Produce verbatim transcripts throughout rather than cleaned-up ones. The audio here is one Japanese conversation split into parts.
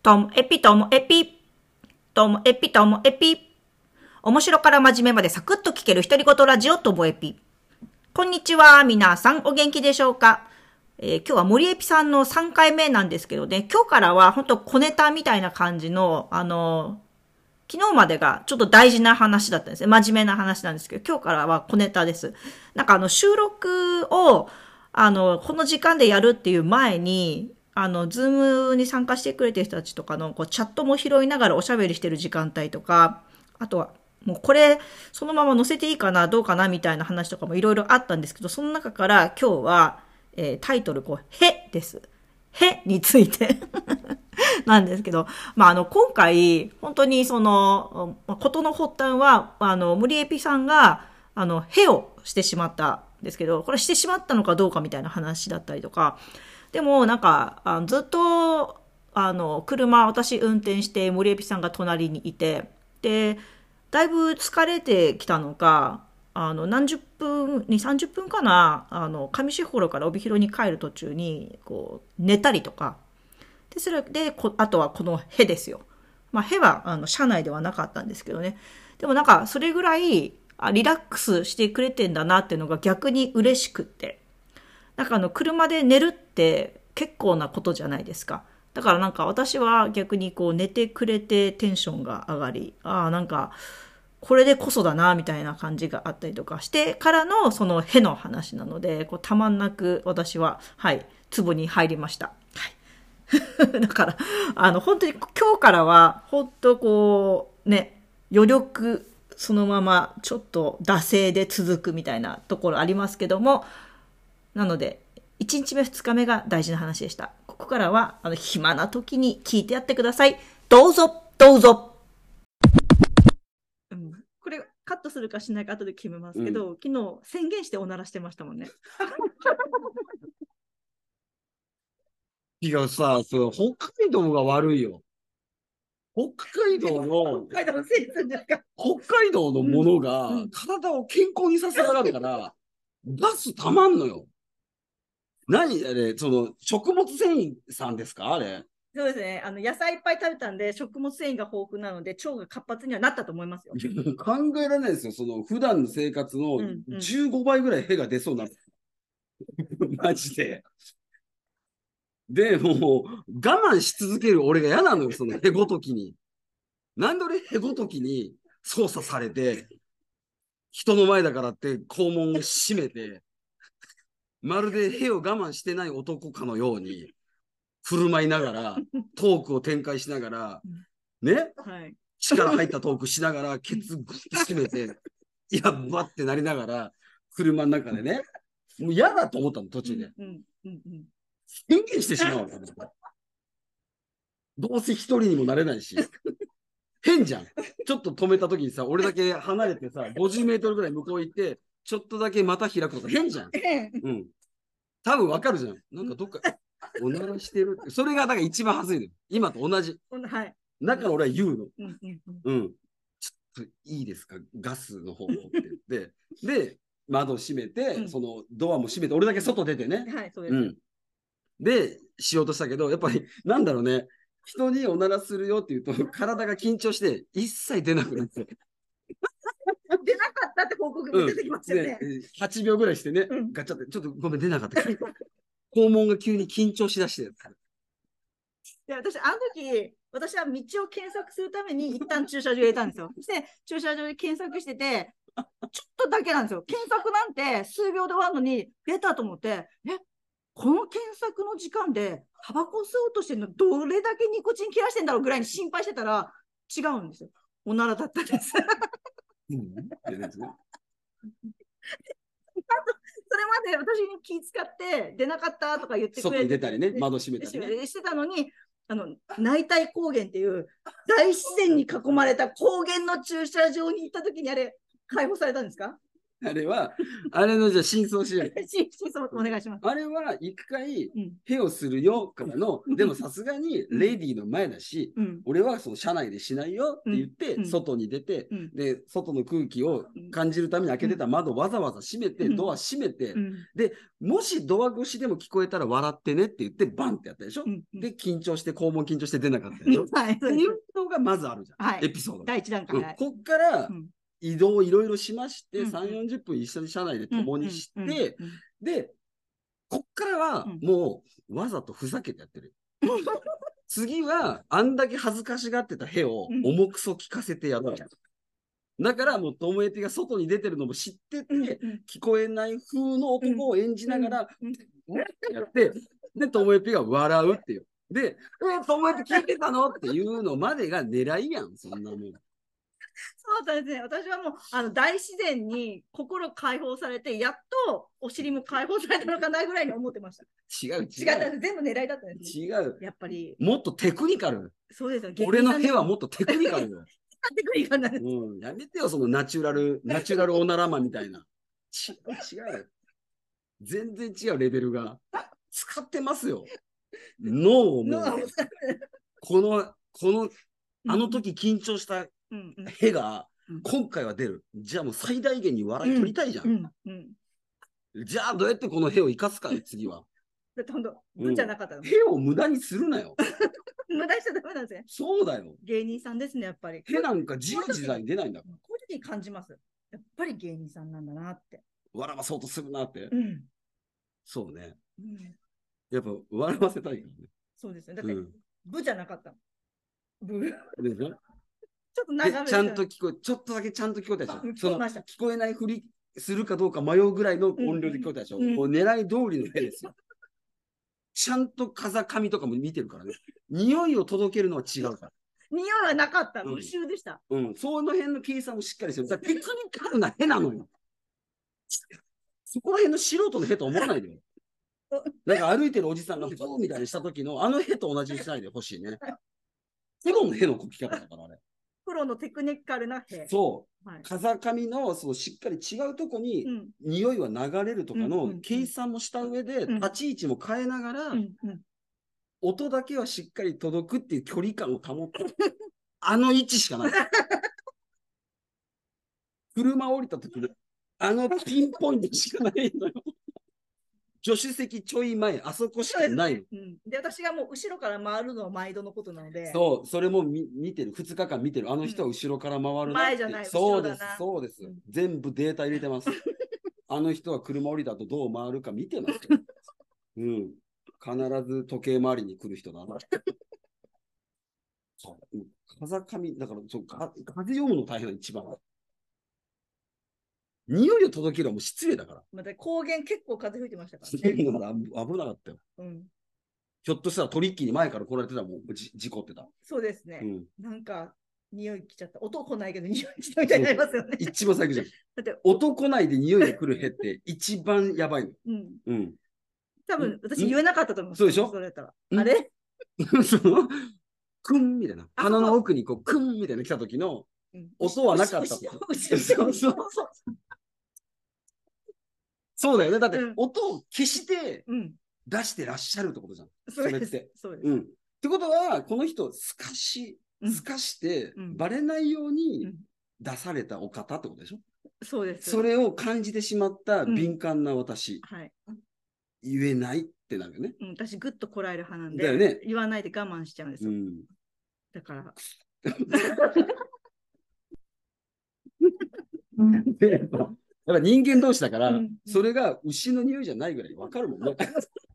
ともエピともエピ。ともエピともエピ。面白から真面目までサクッと聞ける独り言ラジオともエピ。こんにちは。皆さんお元気でしょうか？えー、今日は森エピさんのさんかいめなんですけどね、今日からは本当小ネタみたいな感じの、あのー、昨日までがちょっと大事な話だったんですね。真面目な話なんですけど、今日からは小ネタです。なんかあの収録を、あの、この時間でやるっていう前に、あの、ズームに参加してくれてる人たちとかのこうチャットも拾いながらおしゃべりしてる時間帯とか、あとは、もうこれ、そのまま載せていいかな、どうかな、みたいな話とかもいろいろあったんですけど、その中から今日は、えー、タイトル、こう、へです。へについてなんですけど、まあ、あの、今回、本当にその、ことの発端は、あの、森エピさんが、あの、へをしてしまったんですけど、これしてしまったのかどうかみたいな話だったりとか、でも、なんか、あのずっと、あの、車、私運転して、森エピさんが隣にいて、で、だいぶ疲れてきたのか、あの、何十分、に、さんじゅっぷんかな、あの、上士幌から帯広に帰る途中に、こう、寝たりとか、で、それで、こあとはこのへですよ。まあ、へは、あの、車内ではなかったんですけどね。でもなんか、それぐらい、あリラックスしてくれてんだなっていうのが逆に嬉しくって。なんかあの、車で寝るって結構なことじゃないですか。だからなんか私は逆にこう寝てくれてテンションが上がり、ああ、なんか、これでこそだな、みたいな感じがあったりとかしてからのそのへの話なので、こうたまんなく私は、はい、ツボに入りました。はい。だから、あの、本当に今日からは、本当こう、ね、余力そのままちょっと惰性で続くみたいなところありますけども、なので、いちにちめふつかめが大事な話でした。ここからは、あの、暇な時に聞いてやってください。どうぞ、どうぞ。うん、これ、カットするかしないか後で決めますけど、うん、昨日宣言しておならしてましたもんね。 いやさ、その北海道が悪いよ。北海道の、 北海道のせいにするんですか？ 北海道のものが体を健康にさせやがるから、ガスたまんのよ。何あれ、その、食物繊維さんですかあれ。 そうですね。あの、野菜いっぱい食べたんで、食物繊維が豊富なので、腸が活発にはなったと思いますよ。 考えられないですよ。その、普段の生活のじゅうごばいぐらい屁が出そうな。マジで。で、もう、我慢し続ける俺が嫌なのよ、そのへごときに。なんで俺へごときに操作されて、人の前だからって肛門を閉めて、まるでへを我慢してない男かのように振る舞いながら、トークを展開しながら、ね、はい、力入ったトークしながら、ケツグッて閉めて、やっばってなりながら、車の中でね、もう嫌だと思ったの、途中で。うんうんうん、宣言してしまうの。どうせ一人にもなれないし。変じゃん。ちょっと止めた時にさ、俺だけ離れてさ、ごじゅうメートルぐらい向こう行って、ちょっとだけまた開くとか変じゃん。うん。多分わかるじゃん。なんかどっか、おならしてるって。それがだから一番恥ずいのよ。今と同じ。はい。だから俺は言うの。うんうんうん。うん。ちょっといいですかガスの方って言って。で、窓閉めて、うん、そのドアも閉めて、俺だけ外出てね。はい、そうです。うん。で、しようとしたけど、やっぱり、なんだろうね。人におならするよって言うと、体が緊張して、一切出なくなって。出なかったって報告も出てきましたよね。うん、ねはちびょうぐらいしてね、うん、ガチャって、ちょっとごめん、出なかった。肛門が急に緊張しだして。で、私、あの時、私は道を検索するために一旦駐車場入れたんですよ。そして、駐車場で検索してて、ちょっとだけなんですよ。検索なんて数秒で終わるのに、出たと思って、え、この検索の時間でタバコ吸おうとしてるのどれだけニコチン切らしてんだろうぐらいに心配してたら違うんですよ。おならだったんです。うん、それまで私に気遣って出なかったとか言ってくれて、外に出たりね、窓閉めたり、ね、してたのに、あの内帯高原っていう大自然に囲まれた高原の駐車場に行った時にあれ解放されたんですか？ あれは、あれのじゃあ真相しよう。 ししそうお願いします。 あれは一回うん、 ヘをするよからの、でもさすがにレディーの前だし、 うん、 俺はその車内でしないよって言って、 うん外に出て、 うんで、外の空気を感じるために開けてた窓わざわざ閉めて、 うんドア閉めて、 うんで、もしドア越しでも聞こえたら笑ってねって言って、バンってやったでしょ、 うんうんで、緊張して、肛門緊張して出なかったでしょ、 はい、 っていうのがまずあるじゃん、 はいエピソードが。 第一段階。はいうんこっからうん移動いろいろしまして、 うんさん、よんじゅっぷん一緒に車内で共にしうんうんて、 うんで、こっからはうんもうわざとふざけてやってる。次はあんだけ恥ずかしがってたヘを重くそ聞かせてやろう。だからもうともえぴが外に出てるのも知ってて、 うんうん聞こえない風の男を演じながら、 うんやって、で、ともえぴが笑うっていう。で、え、ともえぴ聞いてたのっていうのまでが狙いやん、そんなもん。 そうだですね。私はもうあの大自然に心解放されて、やっとお尻も解放されたのかなぐらいに思ってました。 違う違う。 違ったんです。全部狙いだったんです、ね。 違う。 やっぱり。 もっとテクニカル。 そうですよ。 俺のヘはもっとテクニカルよ。 テクニカルなんです。 うん、やめてよ、そのナチュラル、ナチュラルオナラマみたいな。違う、違う。全然違うレベルが。使ってますよ。脳をもう、この、この、あの時緊張したヘが、今回は出る。じゃあもう最大限に笑い取りたいじゃん。 うんうんうん、 じゃあどうやってこのヘを生かすか、次は。 だって本当、無じゃなかったの。 ヘを無駄にするなよ。 無駄しちゃダメなんですね。 そうだよ。 芸人さんですね、やっぱり。 ヘなんか自由自在に出ないんだから。 こういう時に感じます。やっぱり芸人さんなんだなって。 笑わそうとするなって。 うん、 そうね。 うん、 やっぱ笑わせたいからね。 そうですね。だって、うん、ブじゃなかった。ブでしょちょっと長めちゃんと聞こえ、ちょっとだけちゃんと聞こえたでしょ。 うん、 その聞こえないふりするかどうか迷うぐらいの音量で聞こえたでしょ。うん、もう狙い通りの絵ですよ。ちゃんと風上とかも見てるからね。匂いを届けるのは違うから。 匂いはなかった。無臭でした。 うん。うん、その辺の計算もしっかりしてる。だからテクニカルな絵なのよ。そこら辺の素人の絵と思わないでよ。なんか歩いてるおじさんがそうみたいにした時のあの絵と同じにしないでほしいね。プロの絵の描き方だからあれ。 プロのテクニカルな絵。 そう。はい、風上のそのしっかり違うとこに、うん、匂いは流れるとかの計算もした上で、うん、立ち位置も変えながら、うんうん、音だけはしっかり届くっていう距離感を保ってあの位置しかない。車降りた時のあのピンポイントしかないのよ。助手席ちょい前、あそこしかない。 で、うん、で、私がもう後ろから回るのは毎度のことなので。 そう、それも見見てる、ふつかかん見てる。あの人は後ろから回るな、うん、 前じゃない。 そうです、そうです、うん。全部データ入れてます。あの人は車降りたとどう回るか見てますよ。うん。必ず時計回りに来る人だな。そう。風上、だからそうか、風読むの大変な一番。匂いを届けるはもう失礼だから。 また高原結構風吹いてましたからね。 だから危なかったよ。うん、ひょっとしたらトリッキーに前から来られてたらもうじ事故ってた。 そうですね。うん、なんか匂い来ちゃった。音来ないけど匂い来たみたいになりますよね。 一番最悪じゃん。だって音来ないで匂いが来るへって一番やばいの。うん。うん、 多分私言えなかったと思う。 そうでしょそれだったら。あれそのクンみたいな。鼻の奥にこうクンみたいな来た時の音はなかった。そうそうそう。そうだよね。だって、音を消して出してらっしゃるってことじゃん。うん、それって。そうです。うん。ってことは、この人、透かし、透かして、バレないように出されたお方ってことでしょ、 うん、そうです。 それを感じてしまった敏感な私。うん、はい。言えないってなるよね。 うん、私、ぐっとこらえる派なんで、 だよね、 言わないで我慢しちゃうんですよ。うん、だから。 やっぱ人間同士だから、うん、それが牛の匂いじゃないぐらい分かるもんね。でも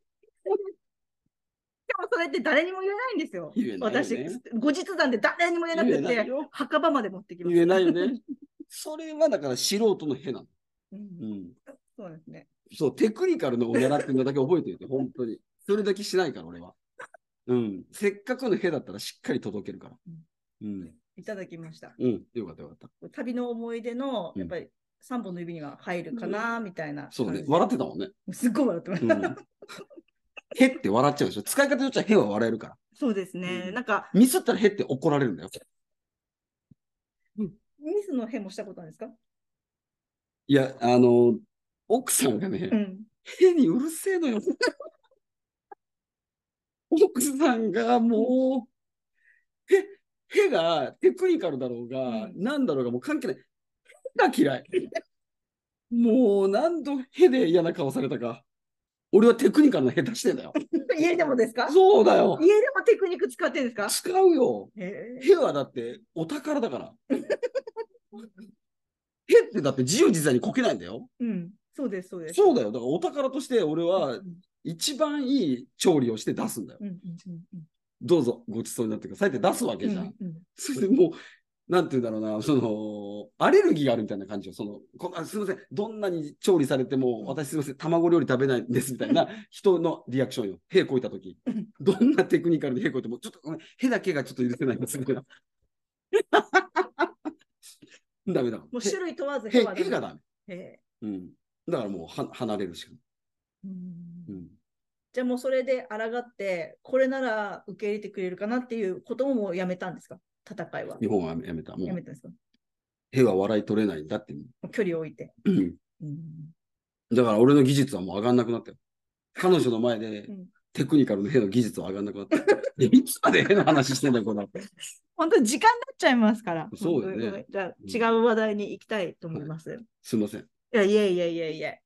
それって誰にも言えないんですよ。よね、私、後日談で誰にも言えなくて、墓場まで持ってきます。 言えないよね。それはだから素人のへなの。 うん。うん、そうですね。 そう、テクニカルのを狙ってるのだけ覚えておいて、本当に。それだけしないから、俺は。うん。せっかくのへだったらしっかり届けるから。 うん。うん、いただきました。 うん。よかったよかった。 旅の思い出の、やっぱり、さんぼんの指には入るかな、みたいな。 そうね。笑ってたもんね。 すっごい笑ってました。うん、 へって笑っちゃうでしょ。使い方によっちゃへは笑えるから。 そうですね。うん、なんか。 ミスったらへって怒られるんだよ。 うん、ミスのへもしたことあるんですか？ いや、あの、奥さんがね、 うん。 へにうるせえのよ。奥さんがもう、へ、へがテクニカルだろうが、 うん。 なんだろうがもう関係ない。へが嫌い。もう何度へで嫌な顔されたか。俺はテクニカルな下手してんだよ。 家でもですか？ そうだよ。 家でもテクニック使ってるんですか？ 使うよ。 へへはだってお宝だから。へってだって自由自在にこけないんだよ。 うん。そうです、そうです。 そうだよ。だからお宝として俺はうん一番いい調理をして出すんだよ。 うんうんうんどうぞごちそうになってくださいって出すわうん。 けじゃん。 うんうん。 それでもう、なんて言うんだろうな、その、アレルギーがあるみたいな感じよ。その、こあすみません、どんなに調理されても、 うん私すみません、卵料理食べないんですみたいな人のリアクションよ。屁こいたとき。 うんどんなテクニカルで屁こいても、ちょっとごめん、屁だけがちょっと許せないんですみたいな。ダメだ。 もう種類問わずへへ、 はダメ。 へがダメ。 へえ。 うん。だからもうは離れるしかない。 うんうん。 じゃあもうそれで抗って、これなら受け入れてくれるかなっていうことももうやめたんですか？戦いは。 日本はやめた。もう、 やめたんですか？ へは笑い取れないんだって。 距離を置いて。 うんうん。 だから俺の技術はもう上がんなくなったよ。彼女の前でうんテクニカルのへの技術は上がんなくなった。いつまでへの話してんだよ、これ。 本当に時間になっちゃいますから。 そうだよね本当にじゃあ違う話題に行きたいと思います。いすいません。 や、いえいえいえいえ。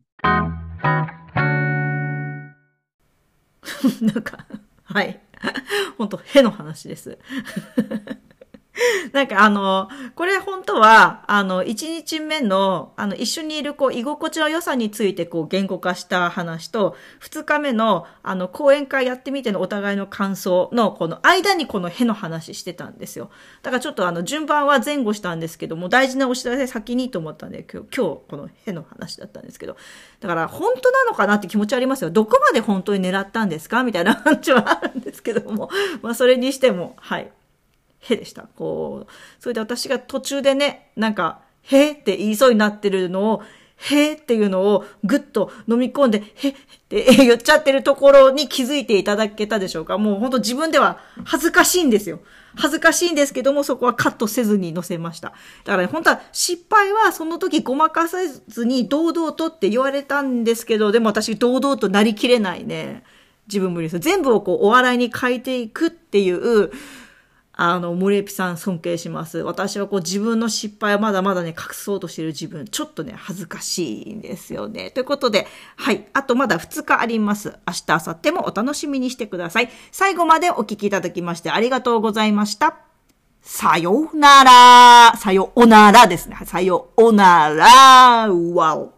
なんか、はい。本当、への話です。なんかあの、これ本当は、あの、一日目の、あの、一緒にいるこう、居心地の良さについてこう、言語化した話と、二日目の、あの、講演会やってみてのお互いの感想の、この間にこのへの話してたんですよ。だからちょっとあの、順番は前後したんですけども、大事なお知らせ先にと思ったんで、今日、今日このへの話だったんですけど、だから本当なのかなって気持ちありますよ。どこまで本当に狙ったんですかみたいな話はあるんですけども、まあそれにしても、はい。へでした。こう、それで私が途中でね、なんか、へって言いそうになってるのを、へっていうのをぐっと飲み込んで、へって言っちゃってるところに気づいていただけたでしょうか。もう本当自分では恥ずかしいんですよ。恥ずかしいんですけども、そこはカットせずに載せました。だから、ね、本当は失敗はその時ごまかさずに堂々とって言われたんですけど、でも私堂々となりきれないね。自分無理です。全部をこうお笑いに変えていくっていう、あの、モレピさん尊敬します。私はこう自分の失敗をまだまだね、隠そうとしている自分、ちょっとね、恥ずかしいんですよね。ということで、はい。あとまだふつかあります。明日、明後日もお楽しみにしてください。最後までお聞きいただきましてありがとうございました。さようなら。さようならですね。さようなら。わお。